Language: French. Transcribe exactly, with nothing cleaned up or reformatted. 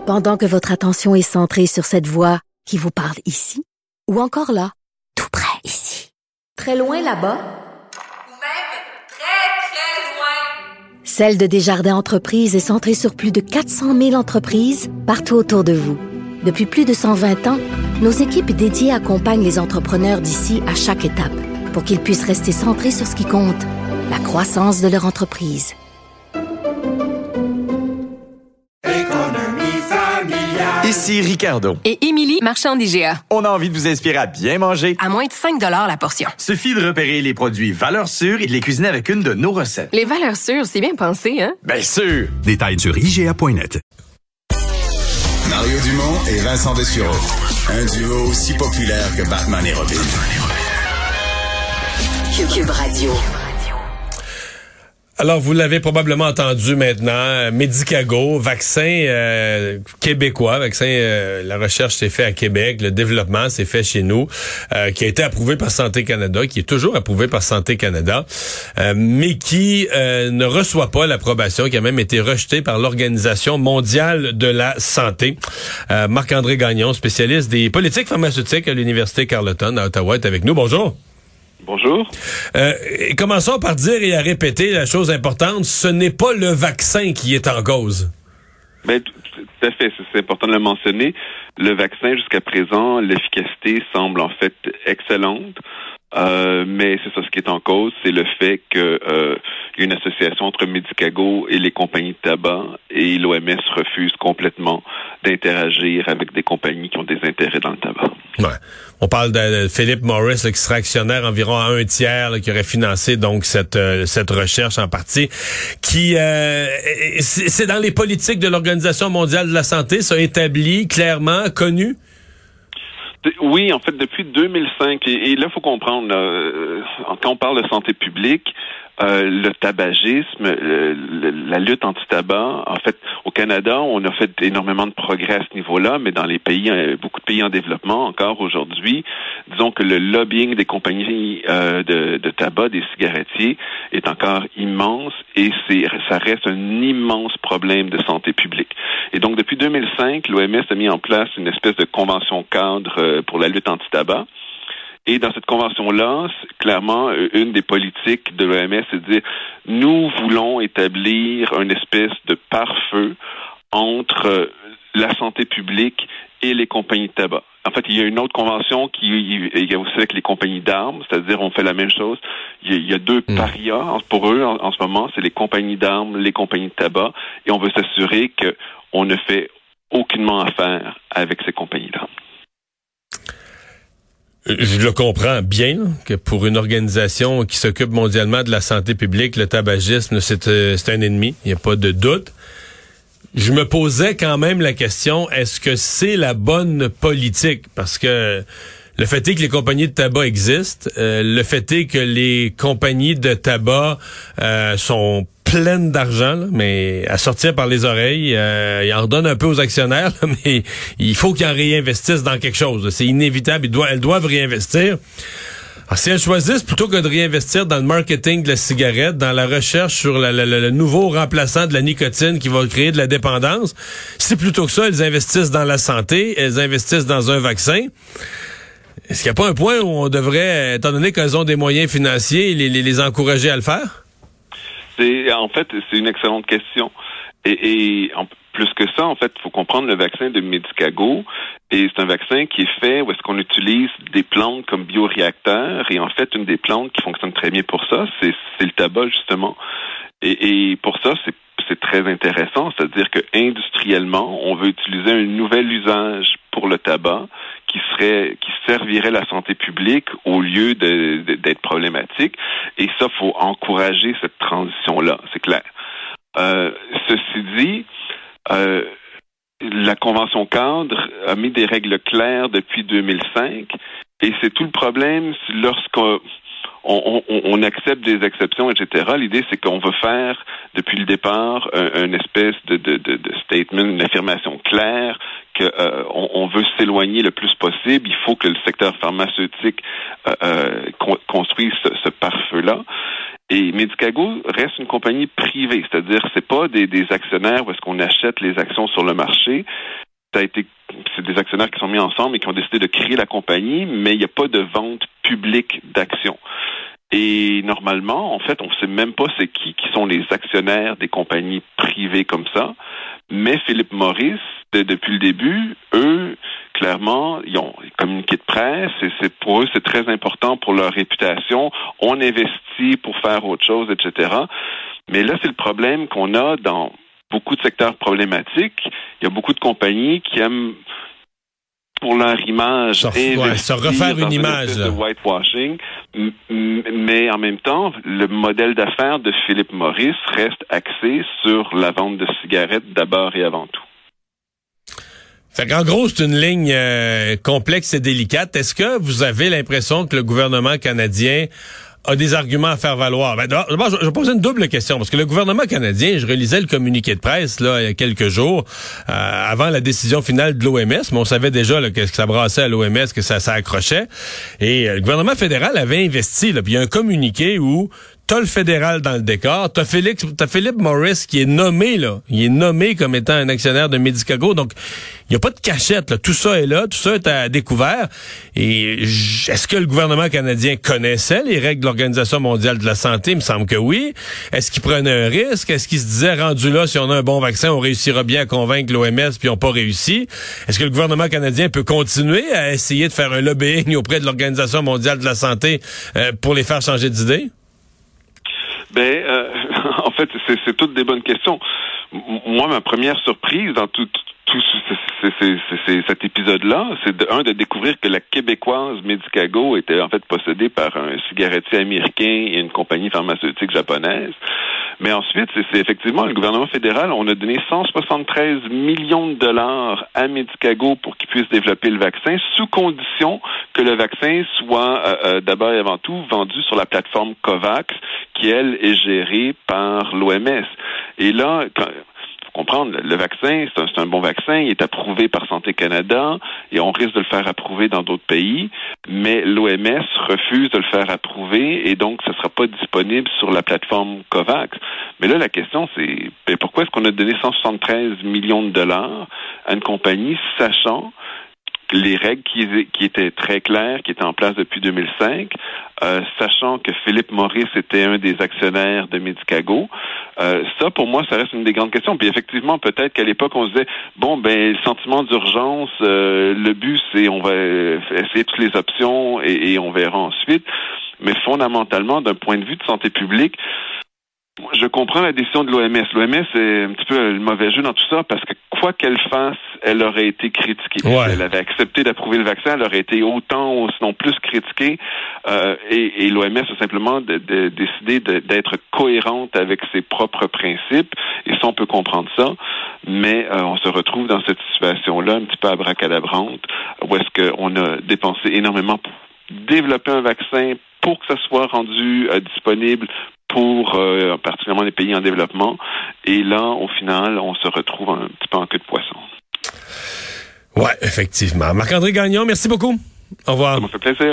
Pendant que votre attention est centrée sur cette voix qui vous parle ici, ou encore là, tout près ici, très loin là-bas, ou même très, très loin. Celle de Desjardins Entreprises est centrée sur plus de quatre cent mille entreprises partout autour de vous. Depuis plus de cent vingt ans, nos équipes dédiées accompagnent les entrepreneurs d'ici à chaque étape pour qu'ils puissent rester centrés sur ce qui compte, la croissance de leur entreprise. Ici Ricardo. Et Émilie, marchand d'I G A. On a envie de vous inspirer à bien manger. À moins de cinq dollars la portion. Suffit de repérer les produits valeurs sûres et de les cuisiner avec une de nos recettes. Les valeurs sûres, c'est bien pensé, hein? Bien sûr! Détails sur I G A point net. Mario Dumont et Vincent Dessureau. Un duo aussi populaire que Batman et Robin. Cube Radio. Alors, vous l'avez probablement entendu maintenant, Medicago, vaccin euh, québécois, vaccin, euh, la recherche s'est faite à Québec, le développement s'est fait chez nous, euh, qui a été approuvé par Santé Canada, qui est toujours approuvé par Santé Canada, euh, mais qui euh, ne reçoit pas l'approbation, qui a même été rejeté par l'Organisation mondiale de la santé. Euh, Marc-André Gagnon, spécialiste des politiques pharmaceutiques à l'Université Carleton à Ottawa, est avec nous. Bonjour. Bonjour. Euh, commençons par dire et à répéter la chose importante, ce n'est pas le vaccin qui est en cause. Ben, tout, tout à fait, c'est important de le mentionner. Le vaccin, jusqu'à présent, l'efficacité semble en fait excellente. Euh, mais c'est ça, ce qui est en cause, c'est le fait que euh, il y a une association entre Medicago et les compagnies de tabac, et l'O M S refuse complètement d'interagir avec des compagnies qui ont des intérêts dans le tabac. Ouais. On parle de Philip Morris là, qui sera actionnaire environ à un tiers, là, qui aurait financé donc cette euh, cette recherche en partie. Qui euh, c'est, c'est dans les politiques de l'Organisation mondiale de la santé, ça établi clairement, connu. Oui, en fait, depuis deux mille cinq, et, et là, il faut comprendre, là, quand on parle de santé publique, euh, le tabagisme, le, le, la lutte anti-tabac, en fait, au Canada, on a fait énormément de progrès à ce niveau-là, mais dans les pays, beaucoup de pays en développement, encore aujourd'hui, disons que le lobbying des compagnies euh, de, de tabac, des cigarettiers, est encore immense, et c'est, ça reste un immense problème de santé publique. Et donc, depuis deux mille cinq, l'O M S a mis en place une espèce de convention cadre euh, pour la lutte anti-tabac. Et dans cette convention-là, clairement, une des politiques de l'O M S, c'est de dire, nous voulons établir une espèce de pare-feu entre la santé publique et les compagnies de tabac. En fait, il y a une autre convention qui il y a aussi avec les compagnies d'armes, c'est-à-dire on fait la même chose. Il y a, il y a deux mmh. parias pour eux en, en ce moment, c'est les compagnies d'armes, les compagnies de tabac, et on veut s'assurer que on ne fait aucunement affaire avec ces compagnies-là. Je le comprends bien, là, que pour une organisation qui s'occupe mondialement de la santé publique, le tabagisme, c'est, euh, c'est un ennemi, il n'y a pas de doute. Je me posais quand même la question, est-ce que c'est la bonne politique? Parce que le fait est que les compagnies de tabac existent, euh, le fait est que les compagnies de tabac euh, sont pleines d'argent, là, mais à sortir par les oreilles. Euh, ils en redonnent un peu aux actionnaires, là, mais il faut qu'ils en réinvestissent dans quelque chose. Là. C'est inévitable, ils doivent, elles doivent réinvestir. Alors, si elles choisissent, plutôt que de réinvestir dans le marketing de la cigarette, dans la recherche sur la, la, la, le nouveau remplaçant de la nicotine qui va créer de la dépendance, c'est plutôt que ça, elles investissent dans la santé, elles investissent dans un vaccin. Est-ce qu'il n'y a pas un point où on devrait, étant donné qu'elles ont des moyens financiers, les, les, les encourager à le faire? C'est, en fait, c'est une excellente question. Et, et en, plus que ça, en fait, il faut comprendre le vaccin de Medicago. Et c'est un vaccin qui est fait où est-ce qu'on utilise des plantes comme bioréacteurs. Et en fait, une des plantes qui fonctionne très bien pour ça, c'est, c'est le tabac, justement. Et, et pour ça, c'est, c'est très intéressant. C'est-à-dire que industriellement, on veut utiliser un nouvel usage pour le tabac qui serait, qui servirait la santé publique au lieu de, de, d'être problématique. Et ça, faut encourager cette transition-là, c'est clair. Euh, ceci dit, euh, la Convention cadre a mis des règles claires depuis deux mille cinq, et c'est tout le problème lorsqu'on on, on, on accepte des exceptions, et cetera. L'idée, c'est qu'on veut faire, depuis le départ, un, une espèce de, de, de, de statement, une affirmation claire que euh, on, on veut s'éloigner le plus possible. Il faut que le secteur pharmaceutique euh, euh, con, construise ce, ce pare-feu-là. Et Medicago reste une compagnie privée, c'est-à-dire c'est pas des, des actionnaires où est-ce qu'on achète les actions sur le marché. ça a été, c'est des actionnaires qui sont mis ensemble et qui ont décidé de créer la compagnie, mais il n'y a pas de vente publique d'actions. Et normalement, en fait, on ne sait même pas c'est qui qui sont les actionnaires des compagnies privées comme ça. Mais Philip Morris, de, depuis le début, eux, clairement, ils ont un communiqué de presse et c'est, pour eux, c'est très important pour leur réputation. On investit pour faire autre chose, et cetera. Mais là, c'est le problème qu'on a dans beaucoup de secteurs problématiques. Il y a beaucoup de compagnies qui aiment, pour leur image, se, ouais, se refaire une image de whitewashing, mais en même temps, le modèle d'affaires de Philip Morris reste axé sur la vente de cigarettes d'abord et avant tout. Fait qu'en gros, c'est une ligne euh, complexe et délicate. Est-ce que vous avez l'impression que le gouvernement canadien a des arguments à faire valoir? Ben, d'abord, je vais poser une double question, parce que le gouvernement canadien, je relisais le communiqué de presse là il y a quelques jours, euh, avant la décision finale de l'O M S, mais on savait déjà là, que ça brassait à l'O M S, que ça, ça accrochait. Et euh, le gouvernement fédéral avait investi, là, puis il y a un communiqué où t'as le fédéral dans le décor, t'as Félix, t'as Philip Morris qui est nommé, là. Il est nommé comme étant un actionnaire de Medicago. Donc, il n'y a pas de cachette, là. Tout ça est là, tout ça est à découvert. Et est-ce que le gouvernement canadien connaissait les règles de l'Organisation mondiale de la santé? Il me semble que oui. Est-ce qu'il prenait un risque? Est-ce qu'il se disait, rendu là, si on a un bon vaccin, on réussira bien à convaincre l'O M S, puis ils n'ont pas réussi? Est-ce que le gouvernement canadien peut continuer à essayer de faire un lobbying auprès de l'Organisation mondiale de la santé euh, pour les faire changer d'idée? Ben, euh, en fait, c'est, c'est toutes des bonnes questions. Moi, ma première surprise dans tout, tout c'est, c'est, c'est, c'est, cet épisode-là, c'est de, un, de découvrir que la québécoise Medicago était en fait possédée par un cigarettier américain et une compagnie pharmaceutique japonaise. Mais ensuite, c'est, c'est effectivement le gouvernement fédéral, on a donné cent soixante-treize millions de dollars à Medicago pour qu'ils puissent développer le vaccin, sous condition que le vaccin soit euh, euh, d'abord et avant tout vendu sur la plateforme COVAX, qui, elle, est gérée par l'O M S. Et là, quand, faut comprendre, le vaccin, c'est un, c'est un bon vaccin, il est approuvé par Santé Canada, et on risque de le faire approuver dans d'autres pays, mais l'O M S refuse de le faire approuver, et donc, ça ne sera pas disponible sur la plateforme COVAX. Mais là, la question, c'est, ben, pourquoi est-ce qu'on a donné cent soixante-treize millions de dollars à une compagnie, sachant les règles qui, qui étaient très claires, qui étaient en place depuis deux mille cinq, euh, sachant que Philip Morris était un des actionnaires de Medicago. Euh, ça, pour moi, ça reste une des grandes questions. Puis effectivement, peut-être qu'à l'époque, on se disait, bon, ben, le sentiment d'urgence, euh, le but, c'est on va essayer toutes les options et, et on verra ensuite. Mais fondamentalement, d'un point de vue de santé publique, je comprends la décision de l'O M S. L'O M S est un petit peu le mauvais jeu dans tout ça parce que quoi qu'elle fasse, elle aurait été critiquée. Ouais. Si elle avait accepté d'approuver le vaccin, elle aurait été autant, sinon plus critiquée. Euh, et, et l'O M S a simplement de, de, décidé de, d'être cohérente avec ses propres principes. Et ça, on peut comprendre ça. Mais euh, on se retrouve dans cette situation-là, un petit peu abracadabrante, où est-ce qu'on a dépensé énormément pour développer un vaccin pour que ça soit rendu euh, disponible pour euh, particulièrement les pays en développement. Et là, au final, on se retrouve un petit peu en queue de poisson. Ouais, effectivement. Marc-André Gagnon, merci beaucoup. Au revoir. Ça m'a fait plaisir.